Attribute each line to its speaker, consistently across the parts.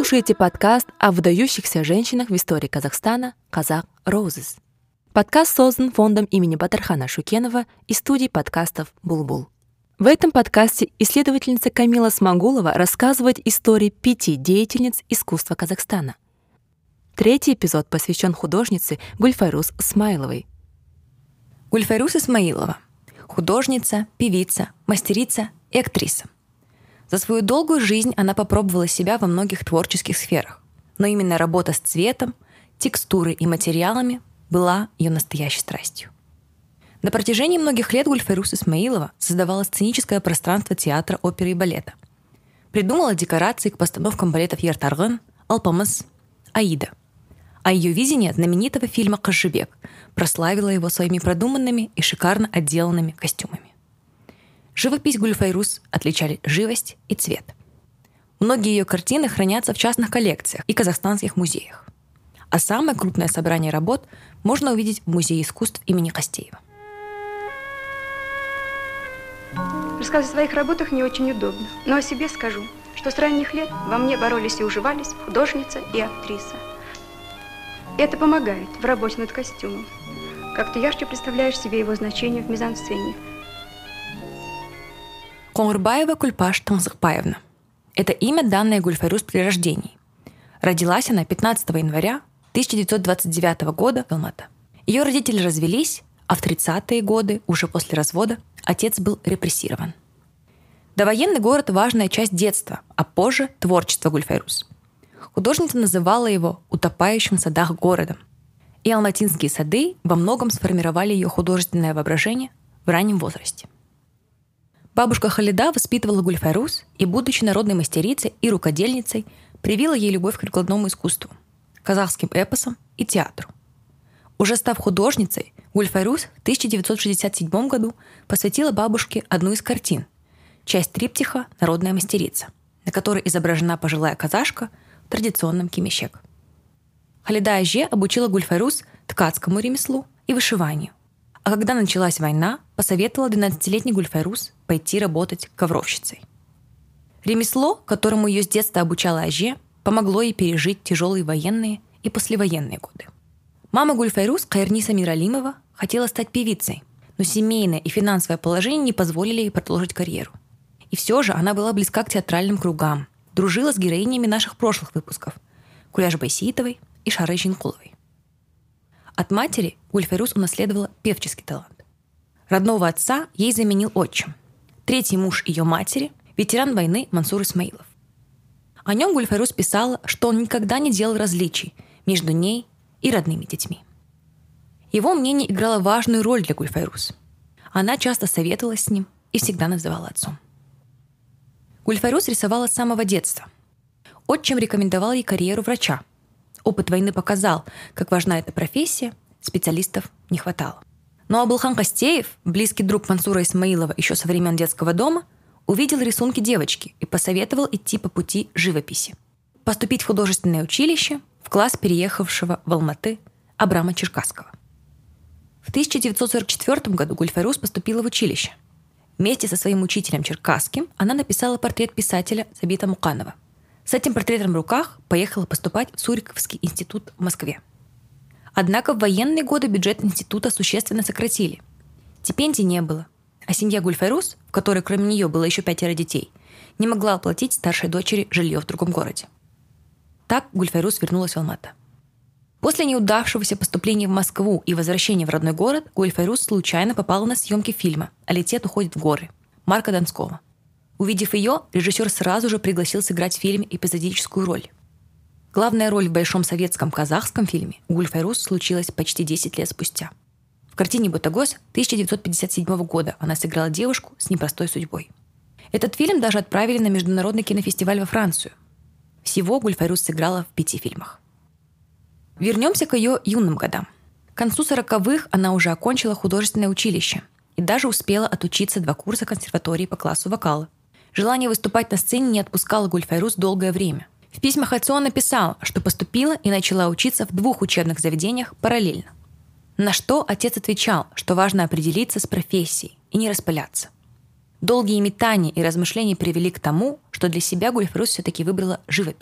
Speaker 1: слушаете подкаст о выдающихся женщинах в истории Казахстана «Казах Roses». Подкаст создан фондом имени Батырхана Шукенова и студией подкастов «Булбул». В этом подкасте исследовательница Камила Смагулова рассказывает истории 5 деятельниц искусства Казахстана. Третий эпизод посвящен художнице Гульфайрус Исмаиловой.
Speaker 2: Гульфайрус Исмаилова – художница, певица, мастерица и актриса. За свою долгую жизнь она попробовала себя во многих творческих сферах, но именно работа с цветом, текстурой и материалами была ее настоящей страстью. На протяжении многих лет Гульфайрус Исмаилова создавала сценическое пространство театра, оперы и балета. Придумала декорации к постановкам балетов Ертаргын, Алпамыс, Аида. А ее видение знаменитого фильма «Кашжибек» прославило его своими продуманными и шикарно отделанными костюмами. Живопись Гульфайрус отличали живость и цвет. Многие ее картины хранятся в частных коллекциях и казахстанских музеях. А самое крупное собрание работ можно увидеть в Музее искусств имени Костеева.
Speaker 3: Рассказывать о своих работах не очень удобно, но о себе скажу, что с ранних лет во мне боролись и уживались художница и актриса. Это помогает в работе над костюмом. Как ты ярче представляешь себе его значение в мизансцене.
Speaker 2: Коңгурбаева Кульпаш Таңсықбаевна. Это имя, данное Гульфайрус при рождении. Родилась она 15 января 1929 года в Алматы. Ее родители развелись, а в 30-е годы, уже после развода, отец был репрессирован. Довоенный город – важная часть детства, а позже – творчество Гульфайрус. Художница называла его «утопающим в садах городом». И алматинские сады во многом сформировали ее художественное воображение в раннем возрасте. Бабушка Халида воспитывала Гульфайрус и, будучи народной мастерицей и рукодельницей, привила ей любовь к прикладному искусству, казахским эпосам и театру. Уже став художницей, Гульфайрус в 1967 году посвятила бабушке одну из картин – часть триптиха «Народная мастерица», на которой изображена пожилая казашка в традиционном кимешек. Халида Ажье обучила Гульфайрус ткацкому ремеслу и вышиванию. А когда началась война, посоветовала 12-летней Гульфайрус пойти работать ковровщицей. Ремесло, которому ее с детства обучала Ажье, помогло ей пережить тяжелые военные и послевоенные годы. Мама Гульфайрус, Кайрниса Миралимова, хотела стать певицей, но семейное и финансовое положение не позволили ей продолжить карьеру. И все же она была близка к театральным кругам, дружила с героинями наших прошлых выпусков – Куляш Байсиитовой и Шары Жинкуловой. От матери Гульфайрус унаследовала певческий талант. Родного отца ей заменил отчим. Третий муж ее матери – ветеран войны Мансур Исмаилов. О нем Гульфайрус писала, что он никогда не делал различий между ней и родными детьми. Его мнение играло важную роль для Гульфайрус. Она часто советовалась с ним и всегда называла отцом. Гульфайрус рисовала с самого детства. Отчим рекомендовал ей карьеру врача. Опыт войны показал, как важна эта профессия, специалистов не хватало. Но Абылхан Костеев, близкий друг Мансура Исмаилова еще со времен детского дома, увидел рисунки девочки и посоветовал идти по пути живописи. Поступить в художественное училище в класс переехавшего в Алматы Абрама Черкасского. В 1944 году Гульфайрус поступила в училище. Вместе со своим учителем Черкасским она написала портрет писателя Сабита Муканова. С этим портретом в руках поехала поступать в Суриковский институт в Москве. Однако в военные годы бюджет института существенно сократили. Стипендий не было, а семья Гульфайрус, в которой кроме нее было еще 5 детей, не могла оплатить старшей дочери жилье в другом городе. Так Гульфайрус вернулась в Алматы. После неудавшегося поступления в Москву и возвращения в родной город Гульфайрус случайно попала на съемки фильма «Алитет уходит в горы» Марка Донского. Увидев ее, режиссер сразу же пригласил сыграть в фильме эпизодическую роль. Главная роль в большом советском казахском фильме у Гульфайрус случилась почти 10 лет спустя. В картине «Ботагөз» 1957 года она сыграла девушку с непростой судьбой. Этот фильм даже отправили на международный кинофестиваль во Францию. Всего Гульфайрус сыграла в 5 фильмах. Вернемся к ее юным годам. К концу 40-х она уже окончила художественное училище и даже успела отучиться 2 курса консерватории по классу вокала. Желание выступать на сцене не отпускало Гульфайрус долгое время. В письмах отцу она писала, что поступила и начала учиться в 2 учебных заведениях параллельно. На что отец отвечал, что важно определиться с профессией и не распыляться. Долгие метания и размышления привели к тому, что для себя Гульфайрус все-таки выбрала живопись.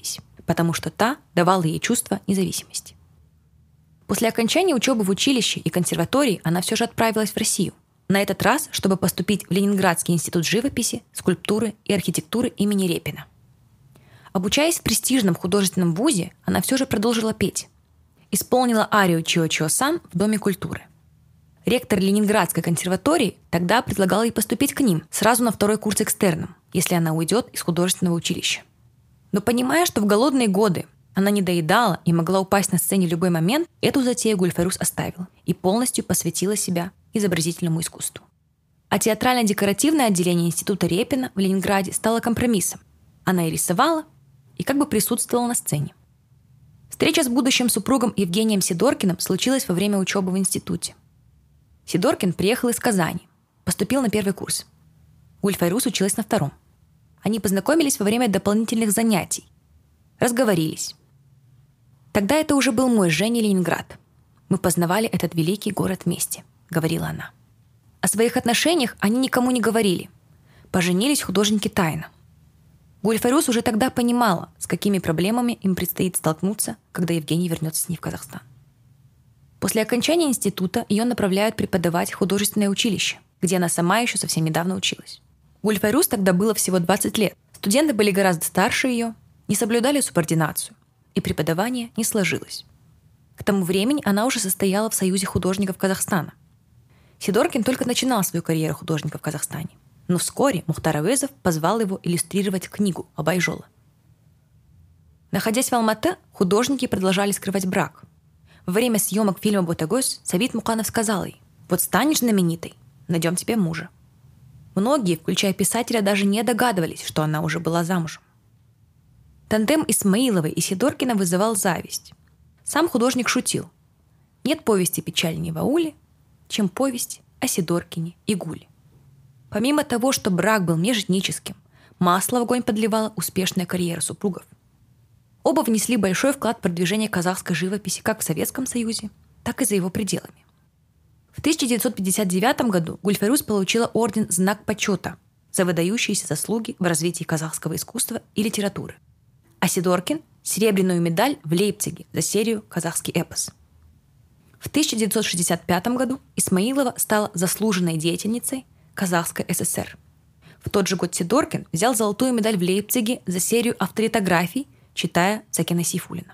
Speaker 2: потому что та давала ей чувство независимости. После окончания учебы в училище и консерватории она все же отправилась в Россию. На этот раз, чтобы поступить в Ленинградский институт живописи, скульптуры и архитектуры имени Репина. Обучаясь в престижном художественном вузе, она все же продолжила петь. Исполнила арию «Чио-Чио-сан» в Доме культуры. Ректор Ленинградской консерватории тогда предлагал ей поступить к ним сразу на второй курс экстерном, если она уйдет из художественного училища. Но понимая, что в голодные годы она не доедала и могла упасть на сцене в любой момент, эту затею Гульфайрус оставила и полностью посвятила себя изобразительному искусству. А театрально-декоративное отделение Института Репина в Ленинграде стало компромиссом. Она и рисовала, и как бы присутствовала на сцене. Встреча с будущим супругом Евгением Сидоркиным случилась во время учебы в институте. Сидоркин приехал из Казани, поступил на первый курс. Гульфайрус училась на втором. Они познакомились во время дополнительных занятий. Разговорились. «Тогда это уже был мой с Женей Ленинград. Мы познавали этот великий город вместе», — говорила она. О своих отношениях они никому не говорили. Поженились художники тайно. Гульфайрус уже тогда понимала, с какими проблемами им предстоит столкнуться, когда Евгений вернется с ней в Казахстан. После окончания института ее направляют преподавать в художественное училище, где она сама еще совсем недавно училась. Гульфайрус тогда было всего 20 лет. Студенты были гораздо старше ее, не соблюдали субординацию, и преподавание не сложилось. К тому времени она уже состояла в Союзе художников Казахстана. Сидоркин только начинал свою карьеру художника в Казахстане, но вскоре Мухтар Әуезов позвал его иллюстрировать книгу Абайжола. Находясь в Алматы, художники продолжали скрывать брак. Во время съемок фильма «Ботагөз» Савит Муканов сказал ей: «Вот станешь знаменитой, найдем тебе мужа». Многие, включая писателя, даже не догадывались, что она уже была замужем. Тандем Исмаиловой и Сидоркина вызывал зависть. Сам художник шутил: «Нет повести печальнее в ауле, чем повесть о Сидоркине и Гуле». Помимо того, что брак был межэтническим, масло в огонь подливала успешная карьера супругов. Оба внесли большой вклад в продвижение казахской живописи как в Советском Союзе, так и за его пределами. В 1959 году Гульфайрус получила орден «Знак почета» за выдающиеся заслуги в развитии казахского искусства и литературы, а Сидоркин – серебряную медаль в Лейпциге за серию «Казахский эпос». В 1965 году Исмаилова стала заслуженной деятельницей Казахской ССР. В тот же год Сидоркин взял золотую медаль в Лейпциге за серию авторитографий, читая Закена Сейфуллина.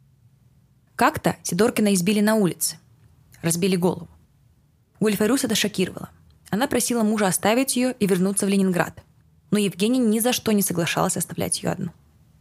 Speaker 2: Как-то Сидоркина избили на улице, разбили голову. Гульфайрус это шокировало. Она просила мужа оставить ее и вернуться в Ленинград, но Евгений ни за что не соглашался оставлять ее одну.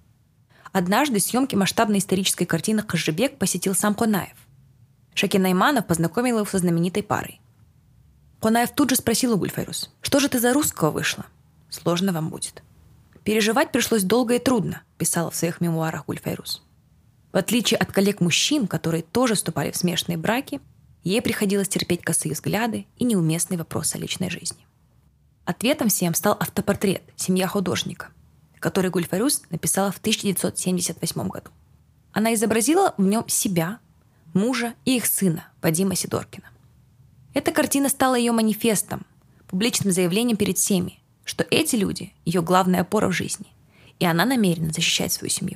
Speaker 2: Однажды съемки масштабной исторической картины «Кызжыбек» посетил сам Конаев. Шакен Айманов познакомил его со знаменитой парой. Конаев тут же спросил у Гульфайрус: «Что же ты за русского вышла? Сложно вам будет». «Переживать пришлось долго и трудно», писала в своих мемуарах Гульфайрус. В отличие от коллег-мужчин, которые тоже вступали в смешанные браки, ей приходилось терпеть косые взгляды и неуместные вопросы о личной жизни. Ответом всем стал автопортрет «Семья художника», который Гульфайрус написала в 1978 году. Она изобразила в нем себя, мужа и их сына Вадима Сидоркина. Эта картина стала ее манифестом, публичным заявлением перед всеми, что эти люди – ее главная опора в жизни, и она намерена защищать свою семью.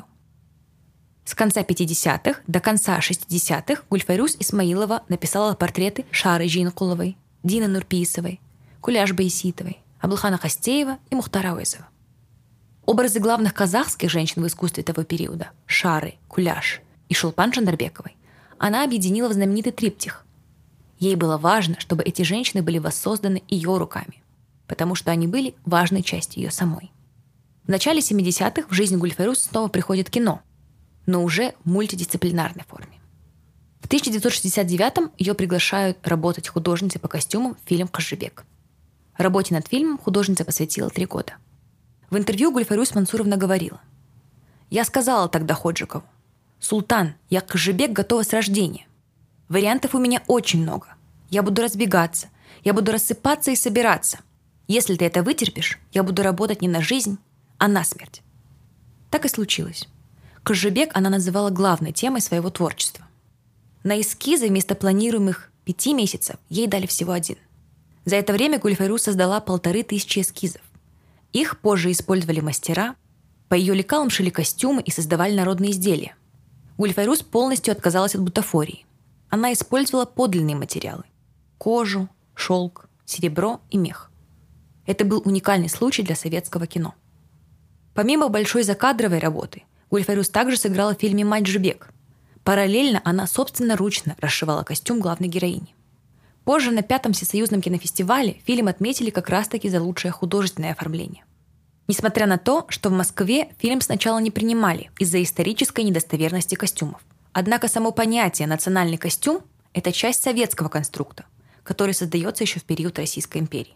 Speaker 2: С конца 50-х до конца 60-х Гульфайрус Исмаилова написала портреты Шары Жинкуловой, Дины Нурпиисовой, Куляш Байситовой, Абдулхана Хастеева и Мухтара Әуезова. Образы главных казахских женщин в искусстве того периода – Шары, Куляш и Шулпан Жандарбековой – она объединила в знаменитый триптих. Ей было важно, чтобы эти женщины были воссозданы ее руками, потому что они были важной частью ее самой. В начале 70-х в жизнь Гульфайрус снова приходит кино, но уже в мультидисциплинарной форме. В 1969-м ее приглашают работать художницей по костюмам в фильм «Кызжыбек». Работе над фильмом художница посвятила 3 года. В интервью Гульфайрус Мансуровна говорила: «Я сказала тогда Ходжикову: Султан, я к Кызжыбек готова с рождения. Вариантов у меня очень много. Я буду разбегаться, я буду рассыпаться и собираться. Если ты это вытерпишь, я буду работать не на жизнь, а на смерть». Так и случилось. Кызжыбек она называла главной темой своего творчества. На эскизы вместо планируемых 5 месяцев ей дали всего 1. За это время Гульфайрус создала 1500 эскизов. Их позже использовали мастера, По ее лекалам шили костюмы и создавали народные изделия. Гульфайрус полностью отказалась от бутафории. Она использовала подлинные материалы – кожу, шелк, серебро и мех. Это был уникальный случай для советского кино. Помимо большой закадровой работы, Гульфайрус также сыграла в фильме «Мать Жибек». Параллельно она собственноручно расшивала костюм главной героини. Позже на 5-м всесоюзном кинофестивале фильм отметили как раз-таки за лучшее художественное оформление. Несмотря на то, что в Москве фильм сначала не принимали из-за исторической недостоверности костюмов. Однако само понятие «национальный костюм» – это часть советского конструкта, который создается еще в период Российской империи.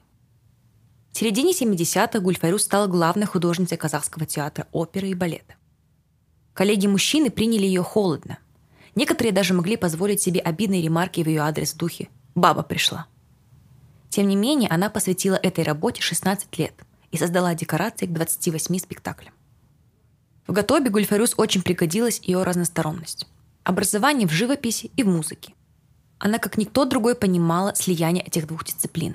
Speaker 2: В середине 70-х Гульфайрус стала главной художницей казахского театра оперы и балета. Коллеги-мужчины приняли ее холодно. Некоторые даже могли позволить себе обидные ремарки в ее адрес в духе «баба пришла». Тем не менее, она посвятила этой работе 16 лет и создала декорации к 28 спектаклям. В Гатоби Гульфайрус очень пригодилась ее разносторонность. Образование в живописи и в музыке. Она, как никто другой, понимала слияние этих двух дисциплин.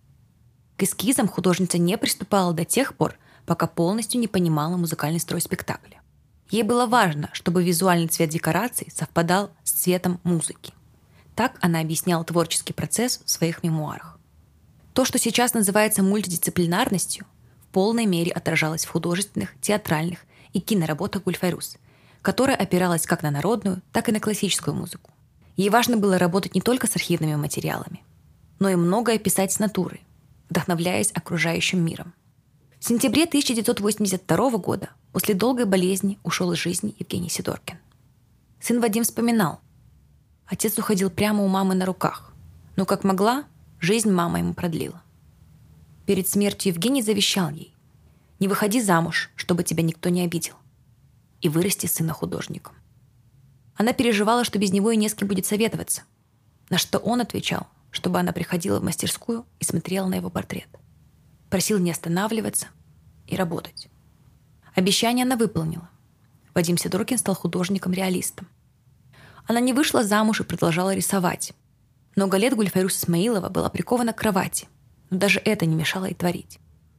Speaker 2: К эскизам художница не приступала до тех пор, пока полностью не понимала музыкальный строй спектакля. Ей было важно, чтобы визуальный цвет декораций совпадал с цветом музыки. Так она объясняла творческий процесс в своих мемуарах. То, что сейчас называется мультидисциплинарностью, в полной мере отражалось в художественных, театральных и киноработах Гульфайрус, которая опиралась как на народную, так и на классическую музыку. Ей важно было работать не только с архивными материалами, но и многое писать с натуры, вдохновляясь окружающим миром. В сентябре 1982 года после долгой болезни ушел из жизни Евгений Сидоркин. Сын Вадим вспоминал: отец уходил прямо у мамы на руках, но как могла, жизнь мама ему продлила. Перед смертью Евгений завещал ей: не выходи замуж, чтобы тебя никто не обидел, и вырасти сына художником. Она переживала, что без него и не с кем будет советоваться, на что он отвечал, чтобы она приходила в мастерскую и смотрела на его портрет. Просил не останавливаться и работать. Обещание она выполнила. Вадим Сидоркин стал художником-реалистом. Она не вышла замуж и продолжала рисовать. Много лет Гульфайрус Исмаилова была прикована к кровати, но даже это не мешало ей творить.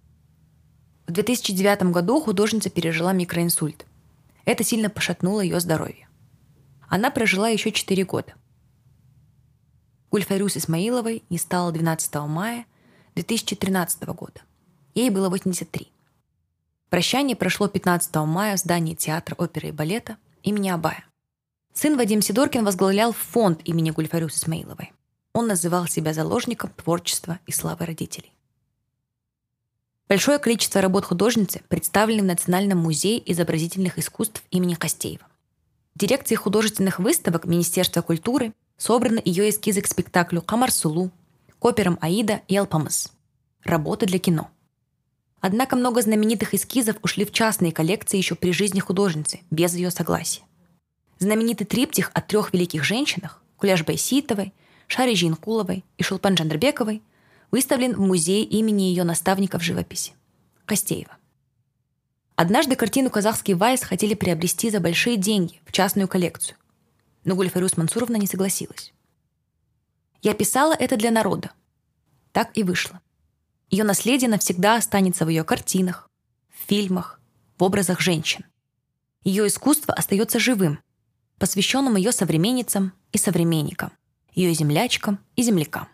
Speaker 2: В 2009 году художница пережила микроинсульт. Это сильно пошатнуло ее здоровье. Она прожила еще 4 года. Гульфайрус Исмаиловой не стало 12 мая 2013 года. Ей было 83. Прощание прошло 15 мая в здании театра оперы и балета имени Абая. Сын Вадим Сидоркин возглавлял фонд имени Гульфайрус Исмаиловой. Он называл себя заложником творчества и славы родителей. Большое количество работ художницы представлены в Национальном музее изобразительных искусств имени Костеева. В дирекции художественных выставок Министерства культуры собраны ее эскизы к спектаклю «Камар Сулу», к операм «Аида» и «Алпамыс» – работы для кино. Однако много знаменитых эскизов ушли в частные коллекции еще при жизни художницы, без ее согласия. Знаменитый триптих о 3 великих женщинах – Куляш Байситовой, Шаре Жиинкуловой и Шулпан Жандарбековой – выставлен в музее имени ее наставника в живописи – Костеева. Однажды картину «Казахский вальс» хотели приобрести за большие деньги в частную коллекцию, но Гульфайрус Мансуровна не согласилась. «Я писала это для народа». Так и вышло. Ее наследие навсегда останется в ее картинах, в фильмах, в образах женщин. Ее искусство остается живым, посвященным ее современницам и современникам, ее землячкам и землякам.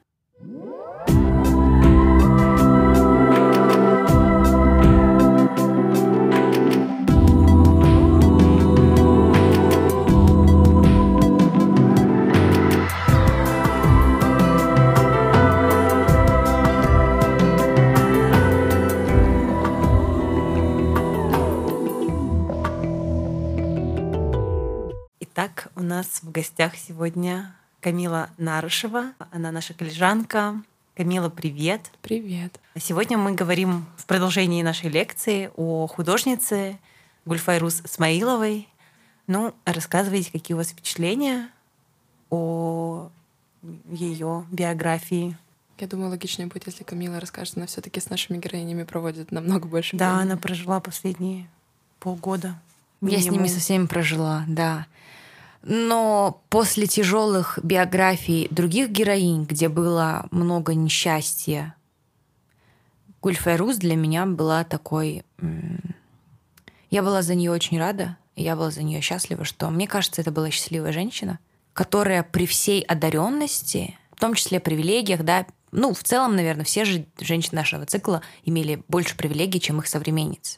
Speaker 4: Итак, у нас в гостях сегодня Камила Нарышева. Она наша коллежанка. Камила, привет.
Speaker 5: Привет.
Speaker 4: Сегодня мы говорим в продолжении нашей лекции о художнице Гульфайрус Исмаиловой. Рассказывайте, какие у вас впечатления о ее биографии.
Speaker 5: Я думаю, логичнее будет, если Камила расскажет. Она все-таки с нашими героинями проводит намного больше времени.
Speaker 4: Да, она прожила последние полгода.
Speaker 2: Я с ними со всеми прожила, да. Но после тяжелых биографий других героинь, где было много несчастья, Гульфайрус для меня была такой Я была за нее очень рада, и я была за нее счастлива, что, мне кажется, это была счастливая женщина, которая при всей одаренности, в том числе привилегиях, да, ну, в целом, наверное, все же женщины нашего цикла имели больше привилегий, чем их современницы.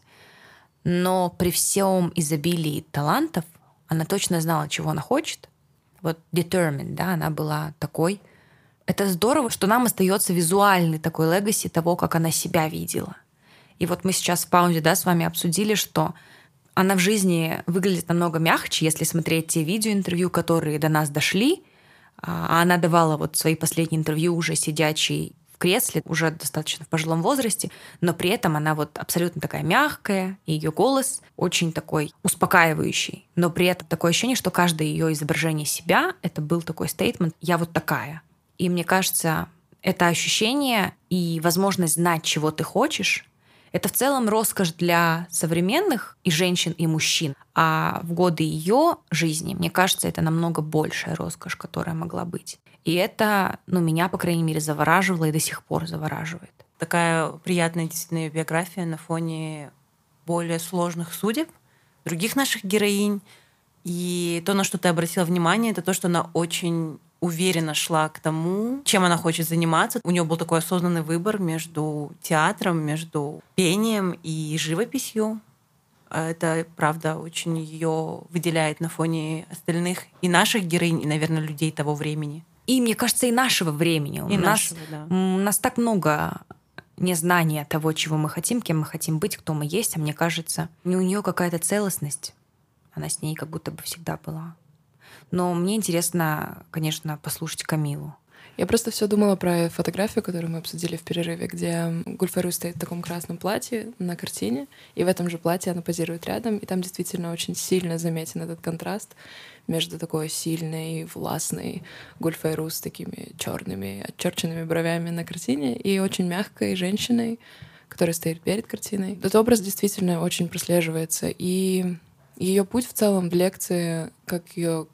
Speaker 2: Но при всем изобилии талантов она точно знала, чего она хочет. Вот determined, да, она была такой. Это здорово, что нам остается визуальный такой легаси того, как она себя видела. И вот мы сейчас в паузе, да, с вами обсудили, что она в жизни выглядит намного мягче, если смотреть те видеоинтервью, которые до нас дошли. А она давала вот свои последние интервью уже сидячей в кресле, уже достаточно в пожилом возрасте, но при этом она вот абсолютно такая мягкая, и ее голос очень такой успокаивающий. Но при этом такое ощущение, что каждое ее изображение себя — это был такой стейтмент «я вот такая». И мне кажется, это ощущение и возможность знать, чего ты хочешь, это в целом роскошь для современных и женщин, и мужчин. А в годы ее жизни, мне кажется, это намного большая роскошь, которая могла быть. И это, ну, меня, по крайней мере, завораживало и до сих пор завораживает.
Speaker 4: Такая приятная действительно ее биография на фоне более сложных судеб других наших героинь. И то, на что ты обратила внимание, это то, что она очень уверенно шла к тому, чем она хочет заниматься. У нее был такой осознанный выбор между театром, между пением и живописью. Это, правда, очень ее выделяет на фоне остальных и наших героинь, и, наверное, людей того времени.
Speaker 2: И, мне кажется, и нашего времени. У нас так много незнания того, чего мы хотим, кем мы хотим быть, кто мы есть. А мне кажется, у нее какая-то целостность. Она с ней как будто бы всегда была. Но мне интересно, конечно, послушать Камилу.
Speaker 5: Я просто все думала про фотографию, которую мы обсудили в перерыве, где Гульфарус стоит в таком красном платье на картине, и в этом же платье она позирует рядом, и там действительно очень сильно заметен этот контраст между такой сильной, властной Гульфарус с такими черными, отчерченными бровями на картине и очень мягкой женщиной, которая стоит перед картиной. Этот образ действительно очень прослеживается, и ее путь в целом в лекции, как ее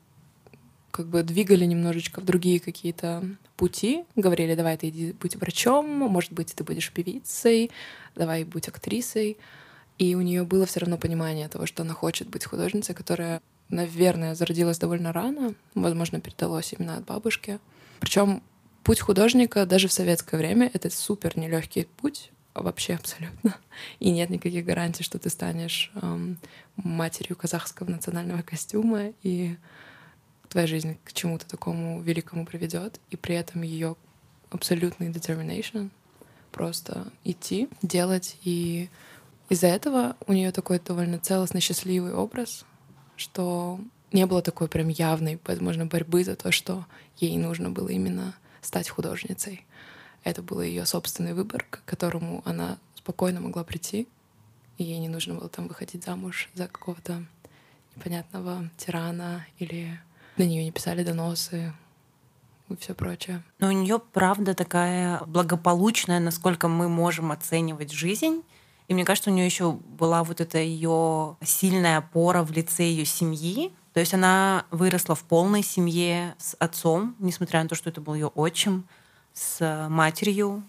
Speaker 5: как бы двигали немножечко в другие какие-то пути. Говорили, давай ты иди будь врачом, может быть, ты будешь певицей, давай будь актрисой. И у нее было все равно понимание того, что она хочет быть художницей, которая, наверное, зародилась довольно рано, возможно, передалось именно от бабушки. Причем путь художника даже в советское время — это супер нелегкий путь, вообще абсолютно. И нет никаких гарантий, что ты станешь матерью казахского национального костюма, и твоя жизнь к чему-то такому великому приведет, и при этом ее абсолютный determination просто идти, делать. И из-за этого у нее такой довольно целостный, счастливый образ, что не было такой прям явной, возможно, борьбы за то, что ей нужно было именно стать художницей. Это был ее собственный выбор, к которому она спокойно могла прийти, и ей не нужно было там выходить замуж за какого-то непонятного тирана, или на нее не писали доносы и все прочее.
Speaker 4: Но у нее правда такая благополучная, насколько мы можем оценивать жизнь. И мне кажется, у нее еще была вот эта ее сильная опора в лице ее семьи. То есть она выросла в полной семье с отцом, несмотря на то, что это был ее отчим, с матерью,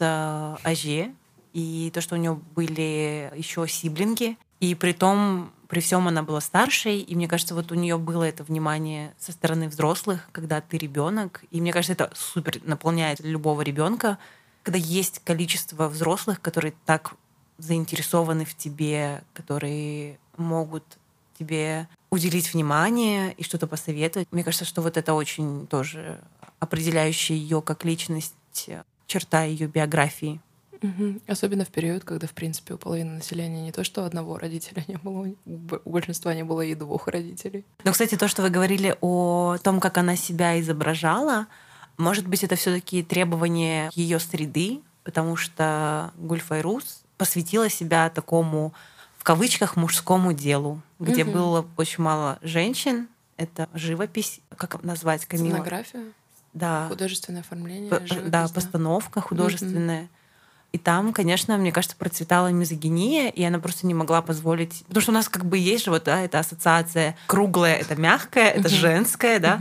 Speaker 4: с аже, и то, что у нее были еще сиблинги. И при том, при всем она была старшей, и мне кажется, вот у нее было это внимание со стороны взрослых, когда ты ребенок. И мне кажется, это супер наполняет любого ребенка, когда есть количество взрослых, которые так заинтересованы в тебе, которые могут тебе уделить внимание и что-то посоветовать. Мне кажется, что вот это очень тоже определяющая ее как личность черта ее биографии.
Speaker 5: Особенно в период, когда, в принципе, у половины населения не то, что одного родителя не было, у большинства не было и двух родителей.
Speaker 4: Но, кстати, то, что вы говорили о том, как она себя изображала, может быть, это все-таки требование ее среды, потому что Гульфайрус посвятила себя такому, в кавычках, мужскому делу, где было очень мало женщин. Это живопись, как назвать, Камила?
Speaker 5: Сценография?
Speaker 4: Да.
Speaker 5: Художественное оформление, живопись,
Speaker 4: да, постановка художественная. И там, конечно, мне кажется, процветала мизогиния, и она просто не могла позволить... Потому что у нас как бы есть же вот, да, эта ассоциация круглая — это мягкое, это женское, да,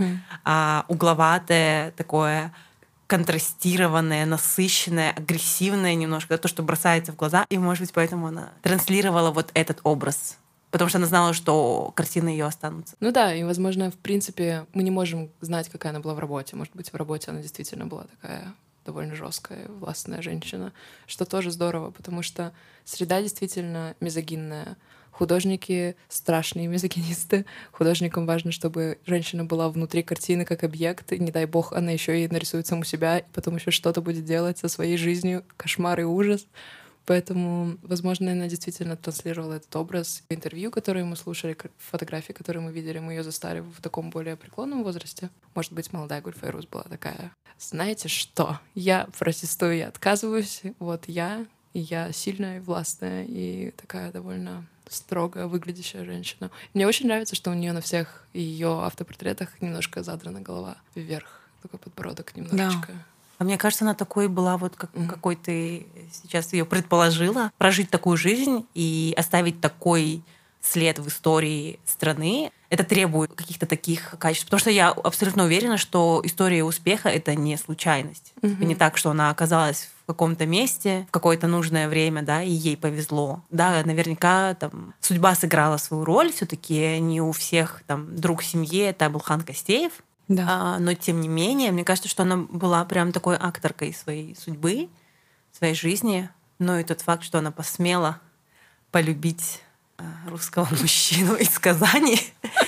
Speaker 4: а угловатое такое контрастированное, насыщенное, агрессивное немножко, то, что бросается в глаза. И, может быть, поэтому она транслировала вот этот образ потому что она знала, что картины ее останутся.
Speaker 5: Ну да, и, возможно, в принципе, мы не можем знать, какая она была в работе. Может быть, в работе она действительно была такая довольно жесткая, властная женщина, что тоже здорово, потому что среда действительно мизогинная. Художники — страшные мизогинисты. Художникам важно, чтобы женщина была внутри картины как объект, и, не дай бог, она еще и нарисует саму себя, и потом еще что-то будет делать со своей жизнью. Кошмар и ужас. Поэтому, возможно, она действительно транслировала этот образ. Интервью, которые мы слушали, фотографии, которые мы видели, мы ее застали в таком более преклонном возрасте. Может быть, молодая Гульфайрус была такая: знаете что? Я протестую, я отказываюсь. Вот я сильная и властная, и такая довольно строго выглядящая женщина. Мне очень нравится, что у нее на всех ее автопортретах немножко задрана голова вверх, такой подбородок немножечко.
Speaker 4: Да. А мне кажется, она такой была, вот какой ты сейчас ее предположила. Прожить такую жизнь и оставить такой след в истории страны, это требует каких-то таких качеств. Потому что я абсолютно уверена, что история успеха — это не случайность. Не так, что она оказалась в каком-то месте в какое-то нужное время, да, и ей повезло. Да, наверняка там судьба сыграла свою роль. Все-таки не у всех там друг семьи — это Абылхан Костеев.
Speaker 2: Да.
Speaker 4: Но тем не менее, мне кажется, что она была прям такой акторкой своей судьбы, своей жизни. Но и тот факт, что она посмела полюбить русского мужчину из Казани,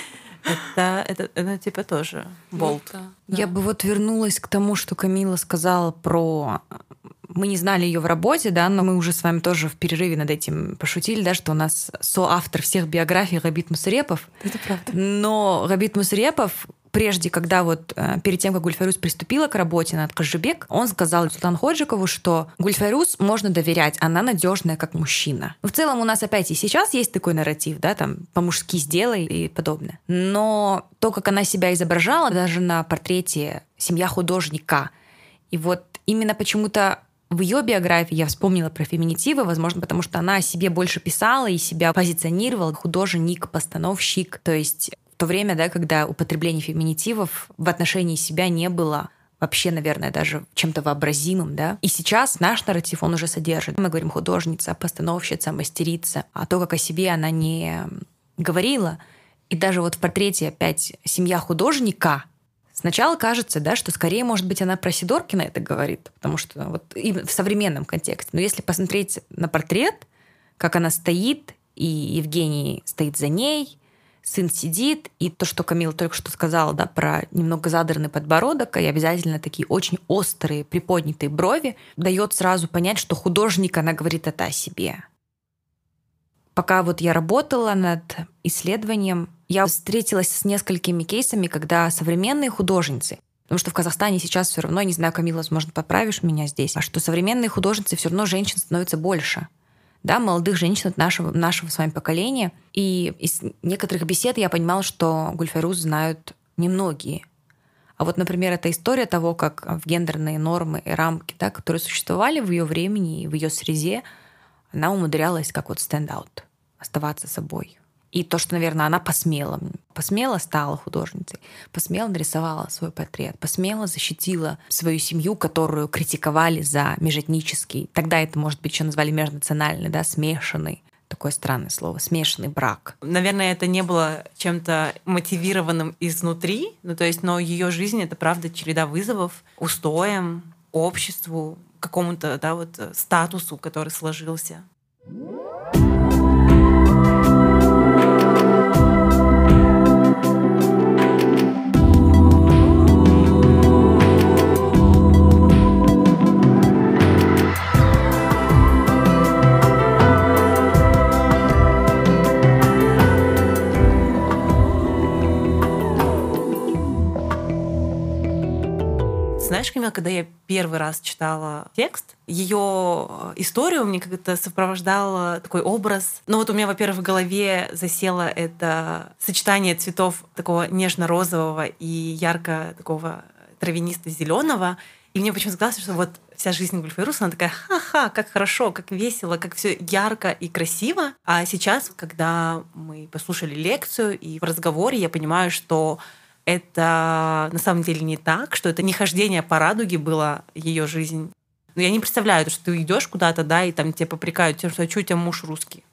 Speaker 4: это типа тоже болт.
Speaker 5: Да.
Speaker 2: Я бы вот вернулась к тому, что Камила сказала про... Мы не знали ее в работе, да, но мы уже с вами тоже в перерыве над этим пошутили, да, что у нас соавтор всех биографий Габит Мусрепов.
Speaker 5: Это правда.
Speaker 2: Но Габит Мусрепов прежде, когда вот перед тем, как Гульфайрус приступила к работе над Кожебек, он сказал Султану Ходжикову, что Гульфайрус можно доверять, она надежная как мужчина. В целом у нас опять и сейчас есть такой нарратив, да, там по-мужски сделай и подобное. Но то, как она себя изображала, даже на портрете «Семья художника», и вот именно почему-то в ее биографии я вспомнила про феминитивы, возможно, потому что она о себе больше писала и себя позиционировала художник, постановщик, то есть в то время, да, когда употребление феминитивов в отношении себя не было вообще, наверное, даже чем-то вообразимым, да. И сейчас наш нарратив, он уже содержит. Мы говорим художница, постановщица, мастерица, а то, как о себе она не говорила. И даже вот в портрете опять «Семья художника» сначала кажется, да, что скорее, может быть, она про Сидоркина это говорит, потому что вот и в современном контексте. Но если посмотреть на портрет, как она стоит, и Евгений стоит за ней, сын сидит, и то, что Камила только что сказала, да, про немного задранный подбородок и обязательно такие очень острые, приподнятые брови, дает сразу понять, что художник, она говорит это о себе. Пока вот я работала над исследованием, я встретилась с несколькими кейсами, когда современные художницы, потому что в Казахстане сейчас все равно, я не знаю, Камила, возможно, поправишь меня здесь, а что современные художницы все равно женщин становится больше. Да, молодых женщин от нашего с вами поколения. И из некоторых бесед я понимала, что Гульфайрус знают немногие. А вот, например, эта история того, как в гендерные нормы и рамки, да, которые существовали в ее времени и в ее среде, она умудрялась как вот stand-out, оставаться собой. И то, что, наверное, она посмела стала художницей, посмело нарисовала свой портрет, посмело защитила свою семью, которую критиковали за межэтнический, тогда это, может быть, еще назвали межнациональный, да, смешанный, такое странное слово, смешанный брак.
Speaker 4: Наверное, это не было чем-то мотивированным изнутри, но ее жизнь — это, правда, череда вызовов устоям, обществу, какому-то, да, вот статусу, который сложился. Знаешь, Камила, когда я первый раз читала текст, ее историю мне как-то сопровождал такой образ. Ну вот у меня, во-первых, в голове засело это сочетание цветов такого нежно-розового и ярко такого травянисто-зеленого. И мне почему-то казалось, что вот вся жизнь Гульфайрус, она такая: ха-ха, как хорошо, как весело, как все ярко и красиво. А сейчас, когда мы послушали лекцию и в разговоре, я понимаю, что это на самом деле не так, что это не хождение по радуге была ее жизнь. Но я не представляю, что ты идешь куда-то, да, и там тебя попрекают тем, что «а что у тебя муж русский?»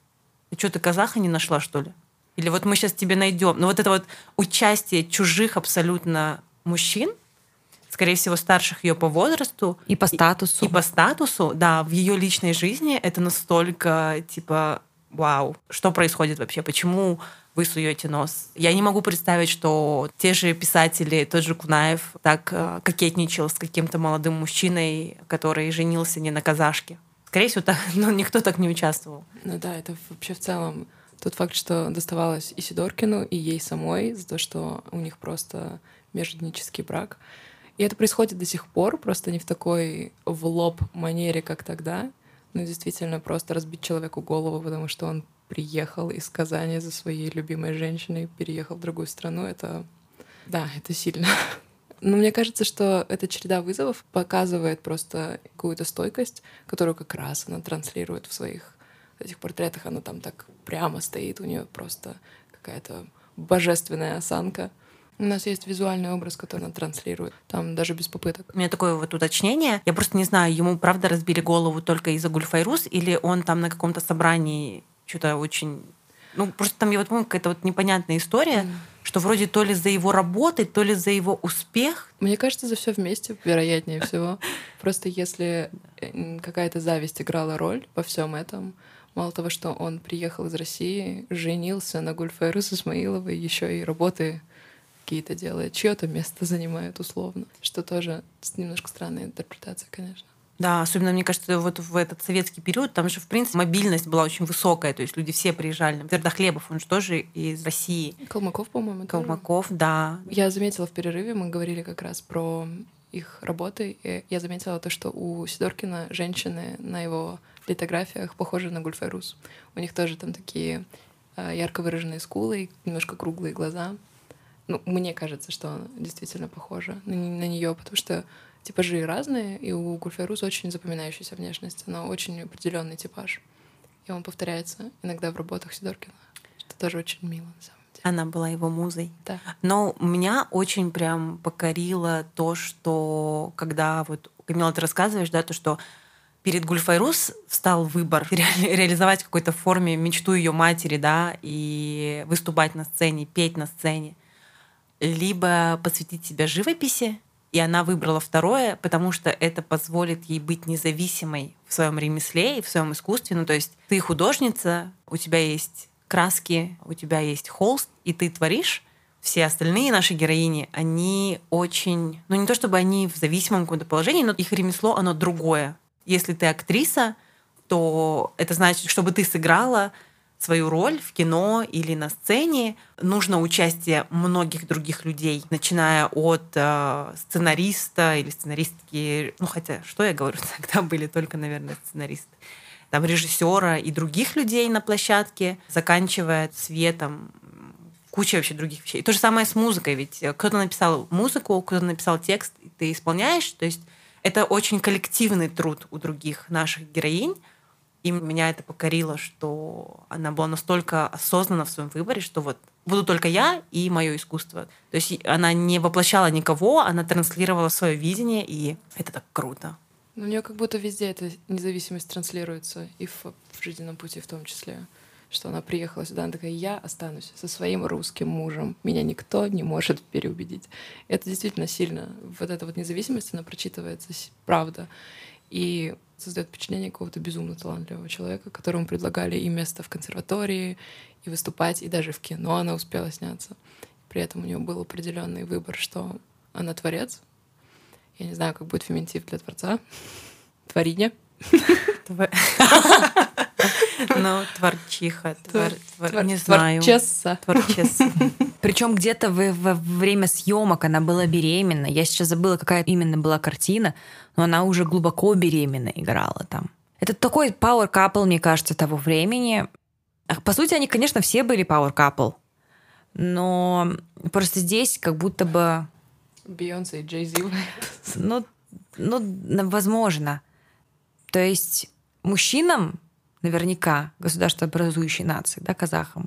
Speaker 4: Ты казаха не нашла, что ли? Или вот мы сейчас тебе найдем. Но вот это вот участие чужих абсолютно мужчин, скорее всего, старших ее по возрасту.
Speaker 2: И по статусу.
Speaker 4: И по статусу, да, в ее личной жизни это настолько, типа, вау, что происходит вообще? Почему вы суете нос? Я не могу представить, что те же писатели, тот же Кунаев так кокетничал с каким-то молодым мужчиной, который женился не на казашке. Скорее всего, так, никто так не участвовал.
Speaker 5: Ну да, это вообще в целом тот факт, что доставалось и Сидоркину, и ей самой за то, что у них просто межэтнический брак. И это происходит до сих пор, просто не в такой в лоб манере, как тогда. Но действительно просто разбить человеку голову, потому что он приехал из Казани за своей любимой женщиной, переехал в другую страну. Это, да, это сильно. Но мне кажется, что эта череда вызовов показывает просто какую-то стойкость, которую как раз она транслирует в своих этих портретах. Она там так прямо стоит, у нее просто какая-то божественная осанка. У нас есть визуальный образ, который она транслирует, там даже без попыток.
Speaker 4: У меня такое вот уточнение. Я просто не знаю, ему правда разбили голову только из-за Гульфайрус, или он там на каком-то собрании что-то очень... Ну, просто там, я вот помню, какая-то вот непонятная история, что вроде то ли за его работы, то ли за его успех.
Speaker 5: Мне кажется, за все вместе, вероятнее всего. Просто если какая-то зависть играла роль во всем этом, мало того, что он приехал из России, женился на Гульфайрус Исмаиловой, еще и работы какие-то делает, чье-то место занимает условно, что тоже немножко странная интерпретация, конечно.
Speaker 4: Да, особенно, мне кажется, вот в этот советский период, там же, в принципе, мобильность была очень высокая, то есть люди все приезжали. Твердохлебов, он же тоже из России.
Speaker 5: Колмаков, по-моему,
Speaker 4: Колмаков, тоже. Да.
Speaker 5: Я заметила в перерыве, мы говорили как раз про их работы, и я заметила то, что у Сидоркина женщины на его литографиях похожи на Гульфайрус. У них тоже там такие ярко выраженные скулы, немножко круглые глаза. Ну, мне кажется, что она действительно похожа на нее, потому что типажи разные, и у Гульфайрус очень запоминающаяся внешность. Она очень определенный типаж. И он повторяется иногда в работах Сидоркина, что тоже очень мило, на самом деле.
Speaker 4: Она была его музой.
Speaker 5: Да.
Speaker 4: Но меня очень прям покорило то, что когда вот, Камила, ты рассказываешь, да, то, что перед Гульфайрус встал выбор реализовать в какой-то форме мечту ее матери, да, и выступать на сцене, петь на сцене, либо посвятить себя живописи, и она выбрала второе, потому что это позволит ей быть независимой в своем ремесле и в своем искусстве. Ну, то есть ты художница, у тебя есть краски, у тебя есть холст, и ты творишь. Все остальные наши героини, они очень... Ну, не то чтобы они в зависимом каком-то положении, но их ремесло, оно другое. Если ты актриса, то это значит, чтобы ты сыграла свою роль в кино или на сцене, нужно участие многих других людей, начиная от сценариста или сценаристки, ну хотя, что я говорю, тогда были только, наверное, сценаристы, там режиссера и других людей на площадке, заканчивая светом, куча вообще других вещей. И то же самое с музыкой, ведь кто-то написал музыку, кто-то написал текст, и ты исполняешь, то есть это очень коллективный труд у других наших героинь. И меня это покорило, что она была настолько осознанна в своем выборе, что вот буду только я и мое искусство. То есть она не воплощала никого, она транслировала свое видение, и это так круто.
Speaker 5: У нее как будто везде эта независимость транслируется, и в жизненном пути в том числе. Что она приехала сюда, она такая: я останусь со своим русским мужем, меня никто не может переубедить. Это действительно сильно. Вот эта вот независимость, она прочитывается, правда. И создает впечатление какого-то безумно талантливого человека, которому предлагали и место в консерватории, и выступать, и даже в кино она успела сняться. При этом у нее был определенный выбор, что она творец. Я не знаю, как будет феминитив для творца. Твориня.
Speaker 4: Ну, творчиха, не знаю.
Speaker 5: Творчесса.
Speaker 2: Причем где-то во время съемок она была беременна. Я сейчас забыла, какая именно была картина, но она уже глубоко беременна играла там. Это такой power couple, мне кажется, того времени. По сути, они, конечно, все были power couple, но просто здесь как будто бы...
Speaker 5: Бейонсе и Джей-Зи.
Speaker 2: Ну, возможно. То есть мужчинам наверняка, государствообразующей нации, да, казахам,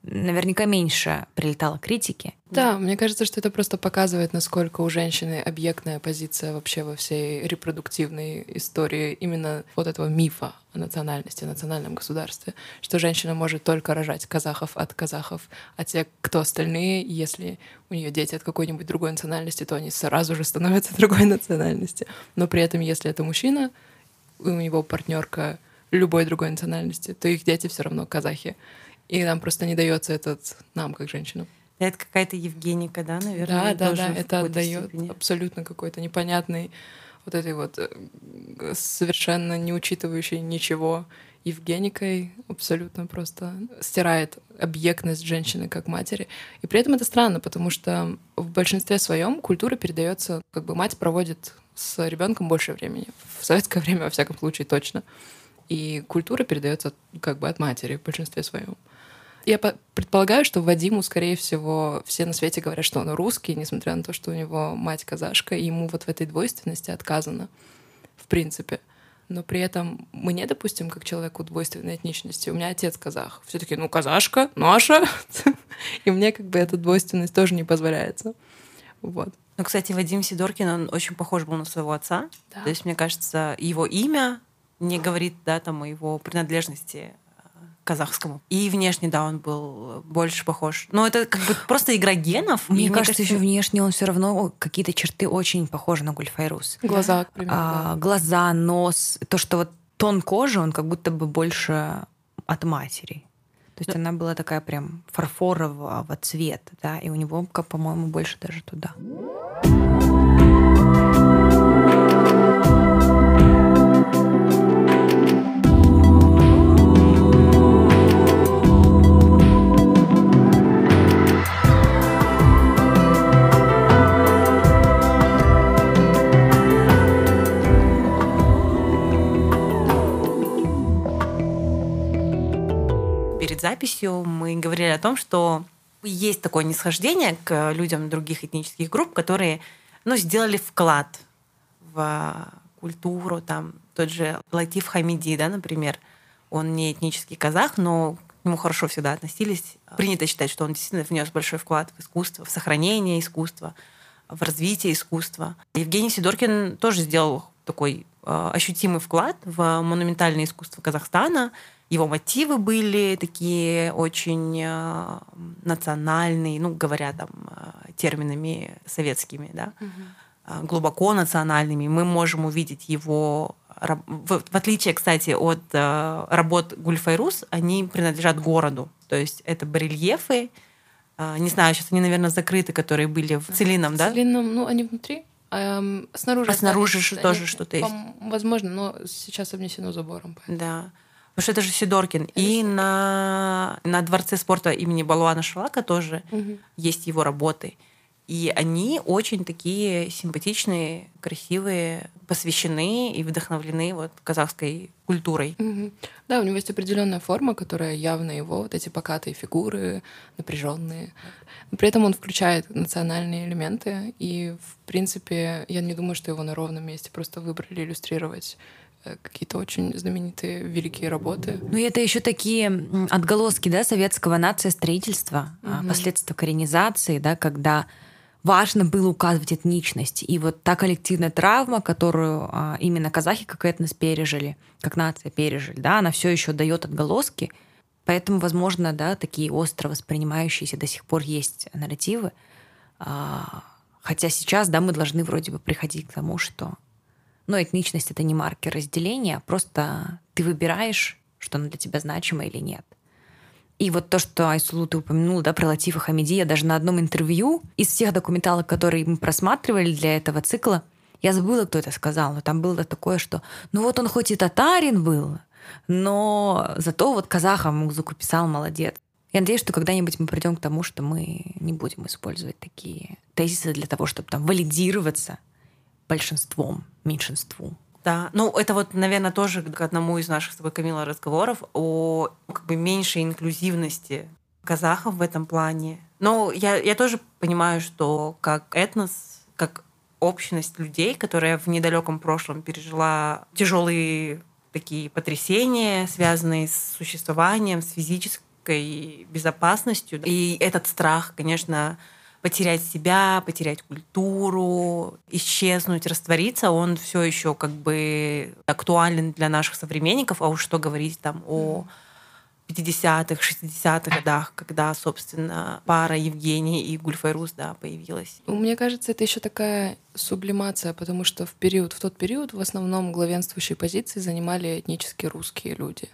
Speaker 2: наверняка меньше прилетало критики.
Speaker 5: Да, мне кажется, что это просто показывает, насколько у женщины объектная позиция вообще во всей репродуктивной истории именно вот этого мифа о национальности, о национальном государстве, что женщина может только рожать казахов от казахов, а те, кто остальные, если у нее дети от какой-нибудь другой национальности, то они сразу же становятся другой национальности. Но при этом, если это мужчина, у него партнерка любой другой национальности, то их дети все равно казахи. И нам просто не дается этот нам, как женщинам.
Speaker 4: Это какая-то Евгеника, да, наверное?
Speaker 5: Да, это отдает абсолютно какой-то непонятный вот этой вот совершенно не учитывающей ничего Евгеникой, абсолютно просто стирает объектность женщины как матери. И при этом это странно, потому что в большинстве своем культура передается, как бы мать проводит с ребенком больше времени. В советское время, во всяком случае, точно. И культура передается как бы от матери в большинстве своем. Я предполагаю, что Вадиму, скорее всего, все на свете говорят, что он русский, несмотря на то, что у него мать казашка, и ему вот в этой двойственности отказано, в принципе. Но при этом мне, допустим, как человеку двойственной этничности, у меня отец казах. Все таки казашка, наша. И мне как бы эта двойственность тоже не позволяется. Вот.
Speaker 4: Ну, кстати, Вадим Сидоркин, он очень похож был на своего отца. Да. То есть, мне кажется, его имя не говорит, да, там, о его принадлежности казахскому. И внешне, да, он был больше похож. Но это как бы просто игра генов.
Speaker 2: Мне кажется, еще внешне он все равно какие-то черты очень похожи на Гульфайрус.
Speaker 5: Глаза, к примеру. Да.
Speaker 2: Глаза, нос. То, что вот тон кожи, он как будто бы больше от матери. То есть она была такая прям фарфорового цвета, да, и у него, по-моему, больше даже туда.
Speaker 4: Записью мы говорили о том, что есть такое нисхождение к людям других этнических групп, которые, сделали вклад в культуру. Там тот же Латиф Хамиди, да, например, он не этнический казах, но к нему хорошо всегда относились. Принято считать, что он действительно внес большой вклад в искусство, в сохранение искусства, в развитие искусства. Евгений Сидоркин тоже сделал такой ощутимый вклад в монументальное искусство Казахстана. Его мотивы были такие очень национальные, говоря там терминами советскими, да, глубоко национальными. Мы можем увидеть его, в отличие, кстати, от работ Гульфайрус, они принадлежат городу. То есть это барельефы, не знаю, сейчас они, наверное, закрыты, которые были в Целинном, да?
Speaker 5: В Целинном, они внутри. Снаружи.
Speaker 4: Снаружи тоже что-то есть.
Speaker 5: Возможно, но сейчас обнесено забором.
Speaker 4: Поэтому. Да. Потому что это же Сидоркин. И на Дворце спорта имени Балуана Шолака тоже есть его работы. И они очень такие симпатичные, красивые, посвящены и вдохновлены казахской культурой.
Speaker 5: Да, у него есть определенная форма, которая явно его, вот эти покатые фигуры, напряженные. Но при этом он включает национальные элементы. И, в принципе, я не думаю, что его на ровном месте просто выбрали иллюстрировать какие-то очень знаменитые великие работы.
Speaker 2: Ну и это еще такие отголоски, да, советского нациостроительства, последствия коренизации, да, когда важно было указывать этничность. И вот та коллективная травма, которую именно казахи как этнос пережили, как нация пережили, да, она все еще дает отголоски. Поэтому, возможно, да, такие остро воспринимающиеся до сих пор есть нарративы. Хотя сейчас, да, мы должны вроде бы приходить к тому, что этничность — это не маркер разделения, а просто ты выбираешь, что оно для тебя значимо или нет. И вот то, что, Айсулу, ты упомянула, да, про Латифа Хамиди, я даже на одном интервью из всех документалок, которые мы просматривали для этого цикла, я забыла, кто это сказал, но там было такое, что он хоть и татарин был, но зато казаха музыку писал, молодец. Я надеюсь, что когда-нибудь мы придем к тому, что мы не будем использовать такие тезисы для того, чтобы там валидироваться большинством, меньшинству.
Speaker 4: Да, это наверное, тоже к одному из наших с тобой, Камила, разговоров о меньшей инклюзивности казахов в этом плане. Но я тоже понимаю, что как этнос, как общность людей, которая в недалеком прошлом пережила тяжелые такие потрясения, связанные с существованием, с психологической безопасностью. И этот страх, конечно, потерять себя, потерять культуру, исчезнуть, раствориться, он все еще как бы актуален для наших современников, а уж что говорить там о 50-х, 60-х годах, когда, собственно, пара Евгений и Гульфайрус, да, появилась.
Speaker 5: Мне кажется, это еще такая сублимация, потому что в тот период в основном главенствующие позиции занимали этнически русские люди.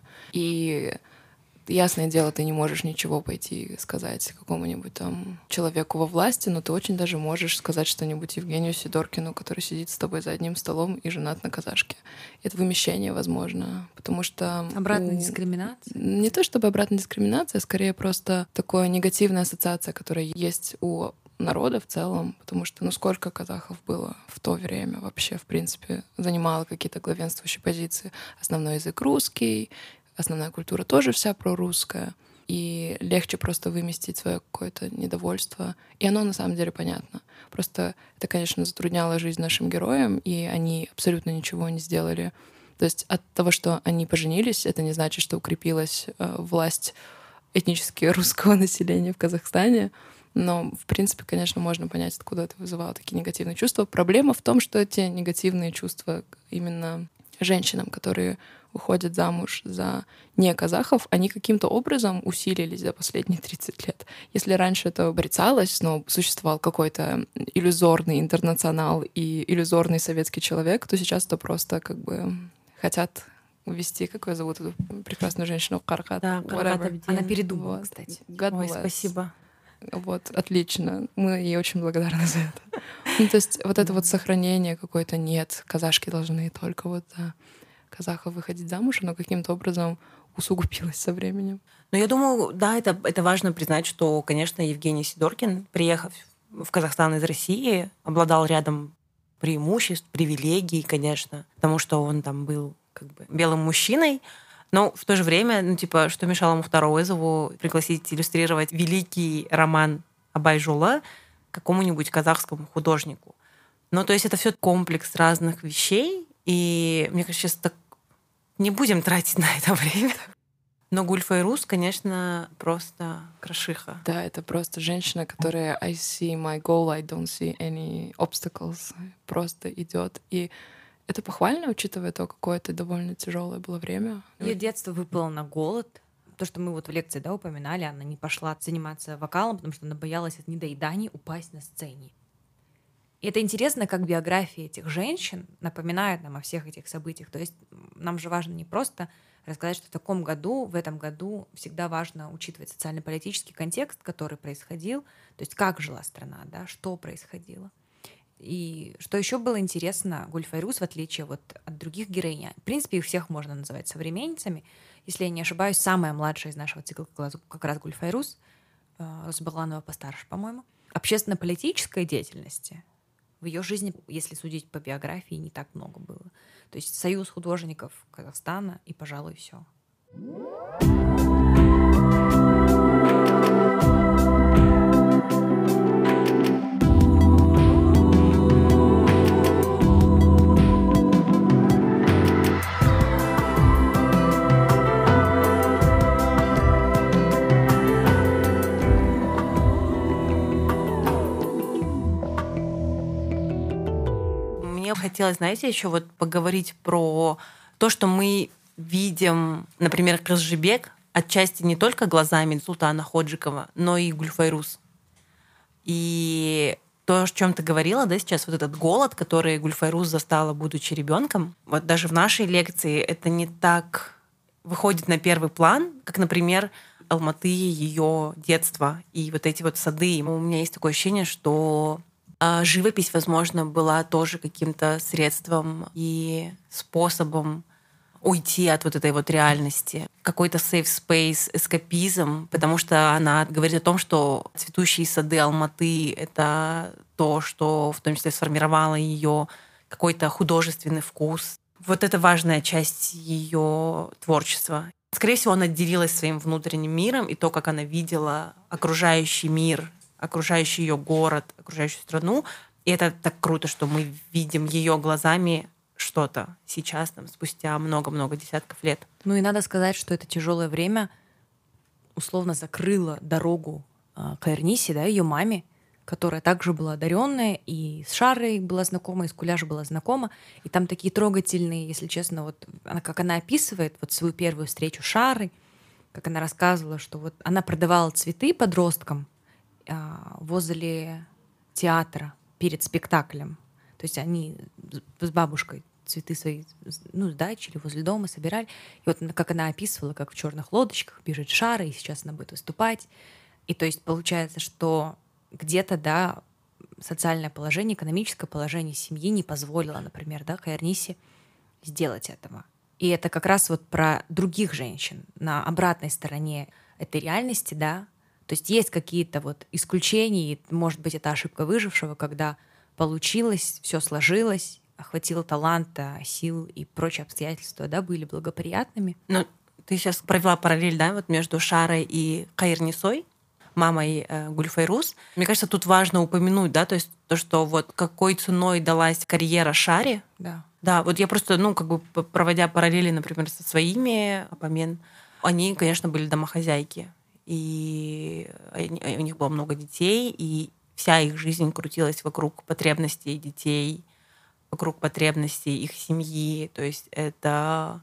Speaker 5: И ясное дело, ты не можешь ничего пойти сказать какому-нибудь там человеку во власти, но ты очень даже можешь сказать что-нибудь Евгению Сидоркину, который сидит с тобой за одним столом и женат на казашке. Это вымещение возможно, потому что...
Speaker 2: Обратная дискриминация?
Speaker 5: Не то чтобы обратная дискриминация, скорее просто такая негативная ассоциация, которая есть у народа в целом, потому что, сколько казахов было в то время вообще, в принципе, занимало какие-то главенствующие позиции. Основной язык русский, основная культура тоже вся прорусская, и легче просто выместить свое какое-то недовольство. И оно на самом деле понятно. Просто это, конечно, затрудняло жизнь нашим героям, и они абсолютно ничего не сделали. То есть от того, что они поженились, это не значит, что укрепилась власть этнически русского населения в Казахстане. Но, в принципе, конечно, можно понять, откуда это вызывало такие негативные чувства. Проблема в том, что эти негативные чувства именно женщинам, которые выходят замуж за не казахов, они каким-то образом усилились за последние 30 лет. Если раньше это обрицалось, но существовал какой-то иллюзорный интернационал и иллюзорный советский человек, то сейчас это просто как бы хотят ввести, как ее зовут, эту прекрасную женщину, Кархат.
Speaker 4: Да, Кархат Абдин.
Speaker 2: Она передумала,
Speaker 5: Вот.
Speaker 2: кстати.
Speaker 4: Ой, спасибо.
Speaker 5: Вот, отлично. Мы ей очень благодарны за это. То есть вот это вот сохранение какое-то нет, казашки должны только вот за казахов выходить замуж, оно каким-то образом усугубилось со временем.
Speaker 4: Но я думаю, да, это важно признать, что, конечно, Евгений Сидоркин, приехав в Казахстан из России, обладал рядом преимуществ, привилегий, конечно, потому что он там был как бы белым мужчиной, но в то же время, что мешало Мухтару Әуезову пригласить иллюстрировать великий роман Абай-Жолы какому-нибудь казахскому художнику. То есть это все комплекс разных вещей, и мне кажется, сейчас так не будем тратить на это время. Но Гульфайрус, конечно, просто крашиха.
Speaker 5: Да, это просто женщина, которая I see my goal, I don't see any obstacles. Просто идет. И это похвально, учитывая то, какое это довольно тяжелое было время.
Speaker 2: Ее детство выпало на голод. То, что мы вот в лекции упоминали, она не пошла заниматься вокалом, потому что она боялась от недоеданий упасть на сцене. И это интересно, как биографии этих женщин напоминают нам о всех этих событиях. То есть нам же важно не просто рассказать, что в этом году всегда важно учитывать социально-политический контекст, который происходил, то есть как жила страна, да, что происходило. И что еще было интересно, Гульфайрус, в отличие от других героинь, в принципе, их всех можно называть современницами. Если я не ошибаюсь, самая младшая из нашего цикла как раз Гульфайрус, Русбагланова постарше, по-моему. Общественно-политической деятельности в ее жизни, если судить по биографии, не так много было. То есть Союз художников Казахстана и, пожалуй, все.
Speaker 4: Мне хотелось, знаете, еще поговорить про то, что мы видим, например, Казжибек отчасти не только глазами Султана Ходжикова, но и Гульфайрус. И то, о чем ты говорила, да, сейчас этот голод, который Гульфайрус застала, будучи ребенком, даже в нашей лекции это не так выходит на первый план, как, например, Алматы, ее детство и эти сады. У меня есть такое ощущение, что живопись, возможно, была тоже каким-то средством и способом уйти от этой реальности. Какой-то safe space, эскапизм, потому что она говорит о том, что цветущие сады Алматы — это то, что в том числе сформировало ее какой-то художественный вкус. Это важная часть ее творчества. Скорее всего, она делилась своим внутренним миром, и то, как она видела окружающий мир, окружающий ее город, окружающую страну. И это так круто, что мы видим ее глазами что-то сейчас, спустя много-много десятков лет.
Speaker 2: И надо сказать, что это тяжелое время условно закрыла дорогу Каэрнисе, да, ее маме, которая также была одаренная, и с Шарой была знакома, и с Куляш была знакома. И там такие трогательные, если честно, вот как она описывает вот свою первую встречу с Шарой, как она рассказывала, что вот она продавала цветы подросткам возле театра перед спектаклем. То есть они с бабушкой цветы свои, ну, с дачи или возле дома собирали. И вот как она описывала, как в черных лодочках бежит Шара, и сейчас она будет выступать. И то есть получается, что где-то, да, социальное положение, экономическое положение семьи не позволило, например, да, Каэрнисе сделать этого. И это как раз вот про других женщин на обратной стороне этой реальности, да. То есть есть какие-то вот исключения, и, может быть, это ошибка выжившего, когда получилось, все сложилось, хватило таланта, сил и прочие обстоятельства, да, были благоприятными.
Speaker 4: Ну, ты сейчас провела параллель, да, вот между Шарой и Каэрнисой, мамой Гульфайрус. Мне кажется, тут важно упомянуть, да, то есть то, что вот какой ценой далась карьера Шаре.
Speaker 2: Да.
Speaker 4: Да, вот я просто, ну, как бы проводя параллели, например, со своими апомен, они, конечно, были домохозяйки, и у них было много детей, и вся их жизнь крутилась вокруг потребностей детей, вокруг потребностей их семьи. То есть это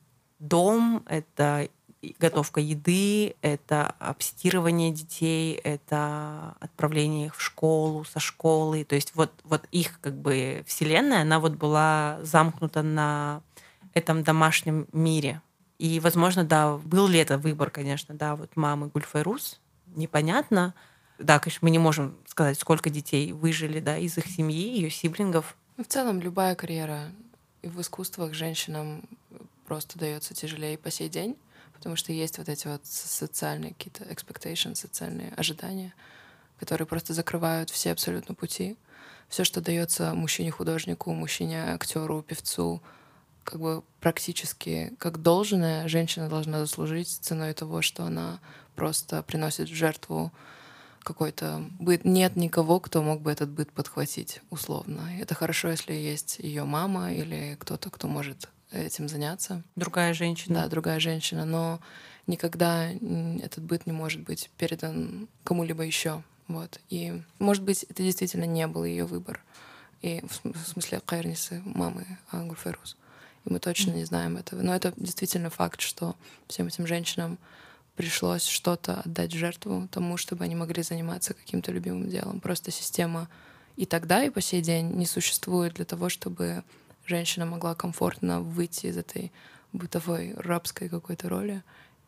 Speaker 4: дом, это готовка еды, это обстирывание детей, это отправление их в школу, со школы. То есть вот их как бы вселенная, она вот была замкнута на этом домашнем мире. И, возможно, да, был ли это выбор, конечно, да, вот мамы Гульфайрус, непонятно. Да, конечно, мы не можем сказать, сколько детей выжили, да, из их семьи, ее сиблингов.
Speaker 5: В целом, любая карьера и в искусствах женщинам просто дается тяжелее по сей день, потому что есть вот эти вот социальные какие-то expectations, социальные ожидания, которые просто закрывают все абсолютно пути. Все, что дается мужчине-художнику, мужчине-актеру, певцу, как бы практически как должное, женщина должна заслужить ценой того, что она просто приносит в жертву какой-то быт. Нет никого, кто мог бы этот быт подхватить, условно. И это хорошо, если есть ее мама или кто-то, кто может этим заняться.
Speaker 4: Другая женщина.
Speaker 5: Да, другая женщина, но никогда этот быт не может быть передан кому-либо еще. Вот. И, может быть, это действительно не был ее выбор. И в смысле Каэрнисы, мамы Гульфайрус. И мы точно не знаем этого. Но это действительно факт, что всем этим женщинам пришлось что-то отдать в жертву тому, чтобы они могли заниматься каким-то любимым делом. Просто система и тогда, и по сей день не существует для того, чтобы женщина могла комфортно выйти из этой бытовой рабской какой-то роли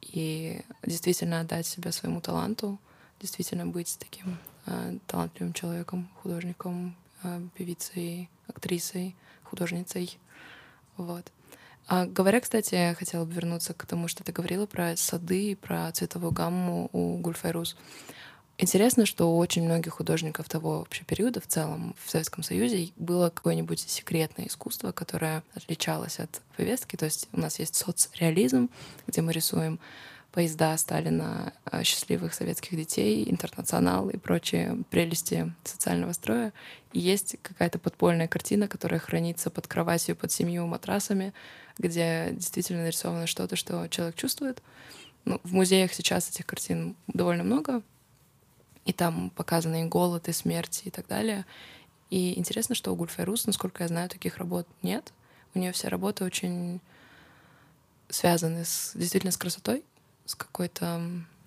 Speaker 5: и действительно отдать себя своему таланту, действительно быть таким талантливым человеком, художником, певицей, актрисой, художницей. Вот. Говоря, кстати, я хотела бы вернуться к тому, что ты говорила про сады, про цветовую гамму у Гульфайрус. Интересно, что у очень многих художников того вообще периода в целом в Советском Союзе было какое-нибудь секретное искусство, которое отличалось от повестки. То есть у нас есть соцреализм, где мы рисуем поезда Сталина, счастливых советских детей, интернационал и прочие прелести социального строя. И есть какая-то подпольная картина, которая хранится под кроватью, под 7 матрасами, где действительно нарисовано что-то, что человек чувствует. Ну, в музеях сейчас этих картин довольно много, и там показаны и голод, и смерть, и так далее. И интересно, что у Гульфайрус, насколько я знаю, таких работ нет. У нее все работы очень связаны действительно с красотой, с какой-то...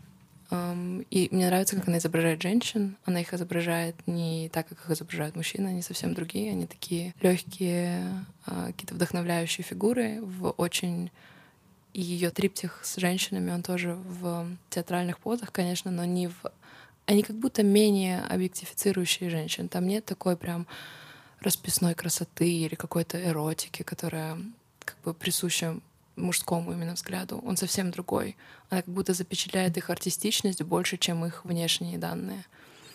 Speaker 5: И мне нравится, как она изображает женщин. Она их изображает не так, как их изображают мужчины, они совсем другие. Они такие легкие, какие-то вдохновляющие фигуры в очень... И ее триптих с женщинами, он тоже в театральных позах, конечно, но не в... Они как будто менее объектифицирующие женщин. Там нет такой прям расписной красоты или какой-то эротики, которая как бы присуща мужскому именно взгляду. Он совсем другой. Она как будто запечатляет их артистичность больше, чем их внешние данные.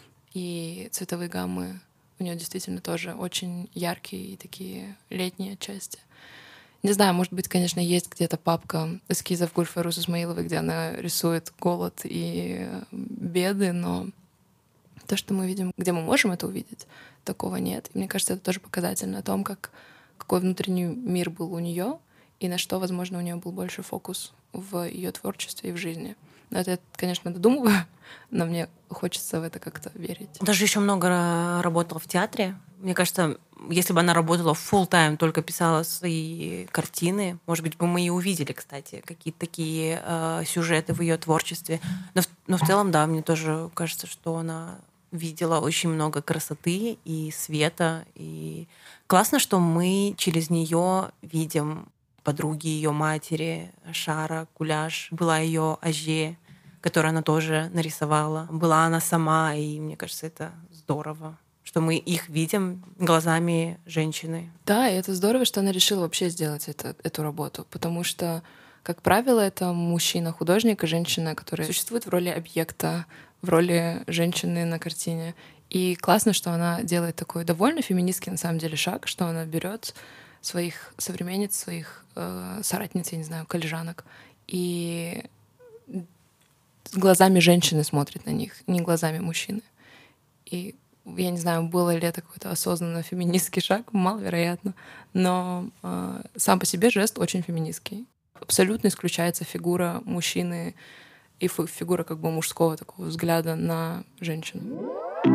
Speaker 5: И цветовые гаммы у нее действительно тоже очень яркие и такие летние отчасти. Не знаю, может быть, конечно, есть где-то папка эскизов Гульфайрус Исмаиловой, где она рисует голод и беды, но то, что мы видим, где мы можем это увидеть, такого нет. И мне кажется, это тоже показательно о том, какой внутренний мир был у нее и на что, возможно, у нее был больше фокус в ее творчестве и в жизни. Но это, конечно, додумываю, но мне хочется в это как-то верить.
Speaker 4: Даже еще много работала в театре. Мне кажется, если бы она работала full-time, только писала свои картины, может быть, бы мы и увидели, кстати, какие-то такие сюжеты в ее творчестве. Но в целом, да, мне тоже кажется, что она видела очень много красоты и света. И классно, что мы через нее видим подруги ее матери, Шара, Куляш, была ее Аже, которую она тоже нарисовала. Была она сама, и мне кажется, это здорово, что мы их видим глазами женщины.
Speaker 5: Да, и это здорово, что она решила вообще сделать эту работу, потому что, как правило, это мужчина-художник и женщина, которая существует в роли объекта, в роли женщины на картине. И классно, что она делает такой довольно феминистский, на самом деле, шаг, что она берет своих современниц, своих соратниц, я не знаю, коллежанок, и глазами женщины смотрит на них, не глазами мужчины. И я не знаю, было ли это какой-то осознанно феминистский шаг, маловероятно, но сам по себе жест очень феминистский. Абсолютно исключается фигура мужчины и фигура как бы мужского такого взгляда на женщину.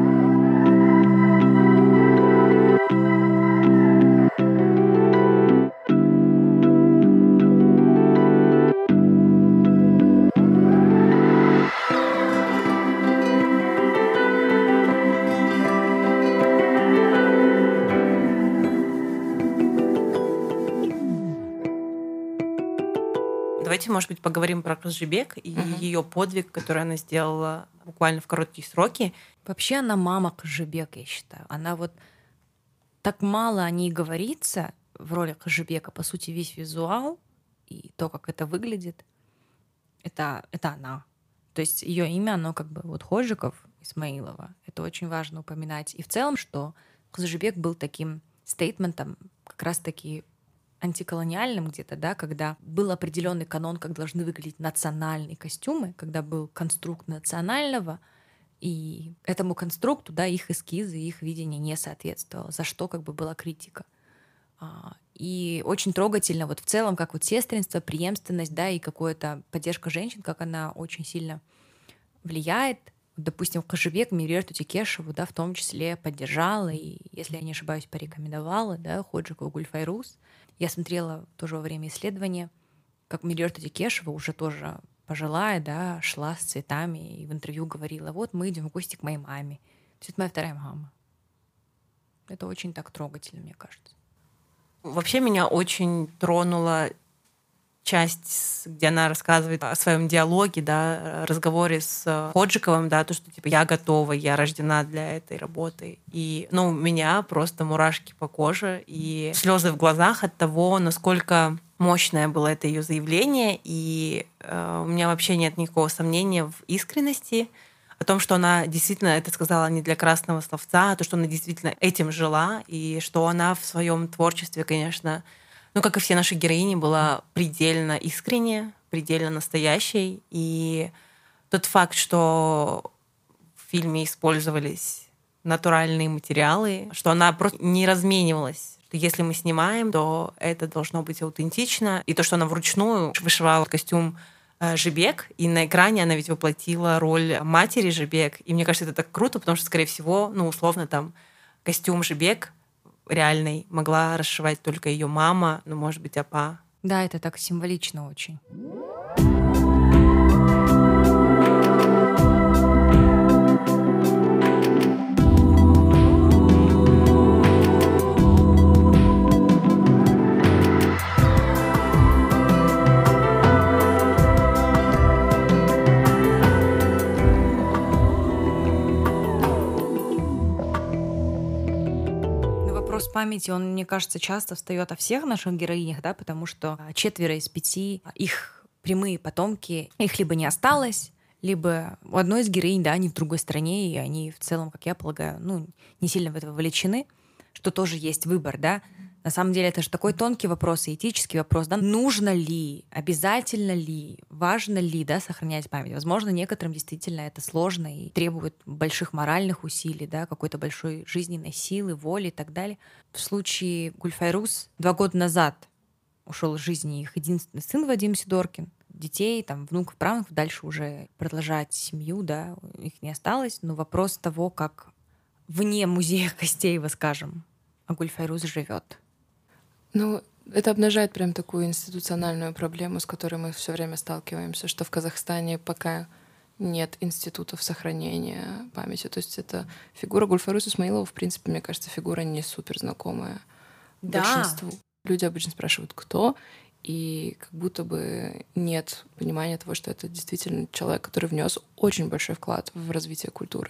Speaker 4: Давайте, может быть, поговорим про Кызжибек и ее подвиг, который она сделала буквально в короткие сроки.
Speaker 2: Вообще она мама Кызжибека, я считаю. Она вот так мало о ней говорится в роли Кызжибека. По сути, весь визуал и то, как это выглядит, это она. То есть ее имя, оно как бы вот Ходжиков Исмаилова. Это очень важно упоминать. И в целом, что Кызжибек был таким стейтментом как раз-таки антиколониальным где-то, да, когда был определенный канон, как должны выглядеть национальные костюмы, когда был конструкт национального, и этому конструкту, да, их эскизы, их видение не соответствовало, за что как бы была критика. И очень трогательно вот в целом, как вот сестринство, преемственность, да, и какая-то поддержка женщин, как она очень сильно влияет. Допустим, Кызжибек Мирерту Текешеву, да, в том числе поддержала и, если я не ошибаюсь, порекомендовала, да, Ходжикову Гульфайрус. Я смотрела тоже во время исследования, как Мирерту Текешева, уже тоже пожилая, да, шла с цветами и в интервью говорила: вот мы идем в гости к моей маме. То есть это моя вторая мама. Это очень так трогательно, мне кажется.
Speaker 4: Вообще меня очень тронула часть, где она рассказывает о своем диалоге, да, разговоре с Ходжиковым, да, то, что типа я готова, я рождена для этой работы. И, ну, у меня просто мурашки по коже и слезы в глазах от того, насколько мощное было это ее заявление. И у меня вообще нет никакого сомнения в искренности, о том, что она действительно это сказала не для красного словца, а то, что она действительно этим жила, и что она в своем творчестве, конечно, ну, как и все наши героини, была предельно искренне, предельно настоящей. И тот факт, что в фильме использовались натуральные материалы, что она просто не разменивалась. Что если мы снимаем, то это должно быть аутентично. И то, что она вручную вышивала костюм Жибек, и на экране она ведь воплотила роль матери Жибек. И мне кажется, это так круто, потому что, скорее всего, ну, условно, там, костюм Жибек реальной могла расшивать только ее мама, ну, может быть, апа.
Speaker 2: Да, это так символично очень. Памяти, он, мне кажется, часто встает о всех наших героинях, да, потому что 4 из 5 их прямые потомки, их либо не осталось, либо у одной из героинь, да, они в другой стране, и они в целом, как я полагаю, ну, не сильно в это вовлечены, что тоже есть выбор, да. На самом деле это же такой тонкий вопрос, и этический вопрос, да, нужно ли, обязательно ли, важно ли, да, сохранять память. Возможно, некоторым действительно это сложно и требует больших моральных усилий, да, какой-то большой жизненной силы, воли и так далее. В случае Гульфайрус 2 года назад ушел из жизни их единственный сын Вадим Сидоркин. Детей, там, внуков, правнуков дальше уже продолжать семью, да, их не осталось. Но вопрос того, как вне музея Костеева, скажем, Агуль Файруз живет.
Speaker 5: Ну, это обнажает прям такую институциональную проблему, с которой мы все время сталкиваемся, что в Казахстане пока нет институтов сохранения памяти. То есть это фигура Гульфаруз Исмаилова, в принципе, мне кажется, фигура не супер знакомая большинству. Люди обычно спрашивают, кто, и как будто бы нет понимания того, что это действительно человек, который внес очень большой вклад в развитие культуры.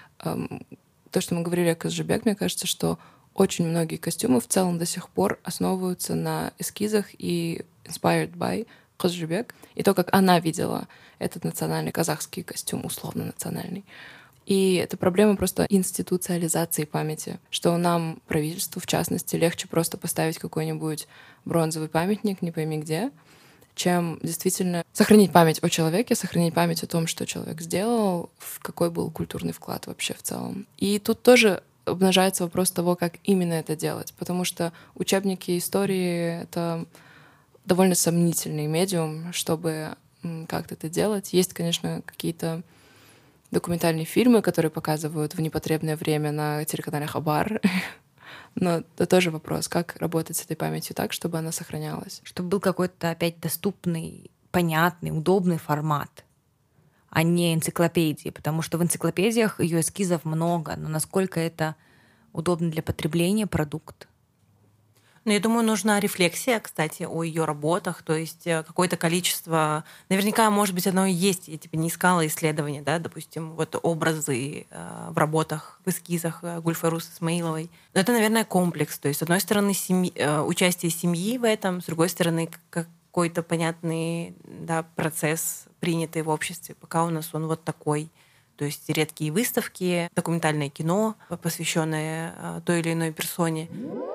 Speaker 5: То, что мы говорили о Кызжибек, мне кажется, что очень многие костюмы в целом до сих пор основываются на эскизах и inspired by Кызжибек, и то, как она видела этот национальный казахский костюм, условно национальный. И это проблема просто институциализации памяти, что нам, правительству в частности, легче просто поставить какой-нибудь бронзовый памятник, не пойми где, чем действительно сохранить память о человеке, сохранить память о том, что человек сделал, какой был культурный вклад вообще в целом. И тут тоже обнажается вопрос того, как именно это делать, потому что учебники истории — это довольно сомнительный медиум, чтобы как-то это делать. Есть, конечно, какие-то документальные фильмы, которые показывают в непотребное время на телеканале Хабар. Но это тоже вопрос, как работать с этой памятью так, чтобы она сохранялась.
Speaker 2: Чтобы был какой-то опять доступный, понятный, удобный формат, а не энциклопедии. Потому что в энциклопедиях ее эскизов много, но насколько это удобно для потребления продукт.
Speaker 4: Ну, я думаю, нужна рефлексия, кстати, о ее работах, то есть какое-то количество, наверняка, может быть, оно и есть, я не искала исследования, да, допустим, вот образы в работах, в эскизах Гульфаруз Исмаиловой. Но это, наверное, комплекс, то есть, с одной стороны, участие семьи в этом, с другой стороны, какой-то понятный, да, процесс, принятый в обществе, пока у нас он вот такой. То есть редкие выставки, документальное кино, посвященное той или иной персоне.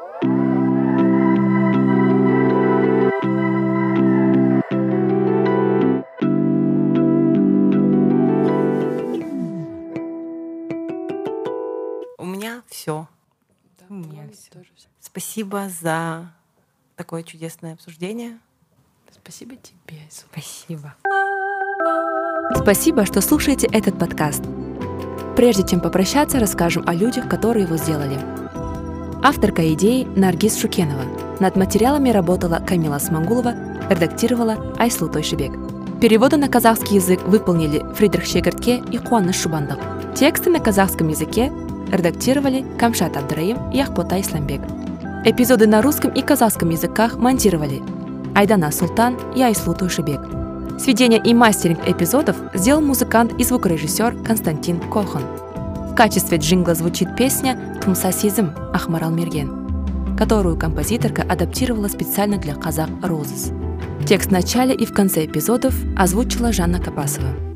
Speaker 4: Все.
Speaker 5: Да,
Speaker 2: у меня все.
Speaker 4: Спасибо за такое чудесное обсуждение.
Speaker 5: Спасибо тебе.
Speaker 2: Спасибо.
Speaker 1: Спасибо, что слушаете этот подкаст. Прежде чем попрощаться, расскажем о людях, которые его сделали. Авторка идеи Наргиз Шукенова. Над материалами работала Камила Смагулова, редактировала Айслу Тойшибек. Переводы на казахский язык выполнили Фридрих Шегертке и Куаныш Шубандық. Тексты на казахском языке редактировали Камшат Абдраим и Ахбота Исламбек. Эпизоды на русском и казахском языках монтировали Айдана Султан и Айслу Тойшибек. Сведение и мастеринг эпизодов сделал музыкант и звукорежиссер Константин Колхон. В качестве джингла звучит песня «Тумса сезім» Ахмарал Мерген, которую композиторка адаптировала специально для Казак Роузес. Текст в начале и в конце эпизодов озвучила Жанна Капасова.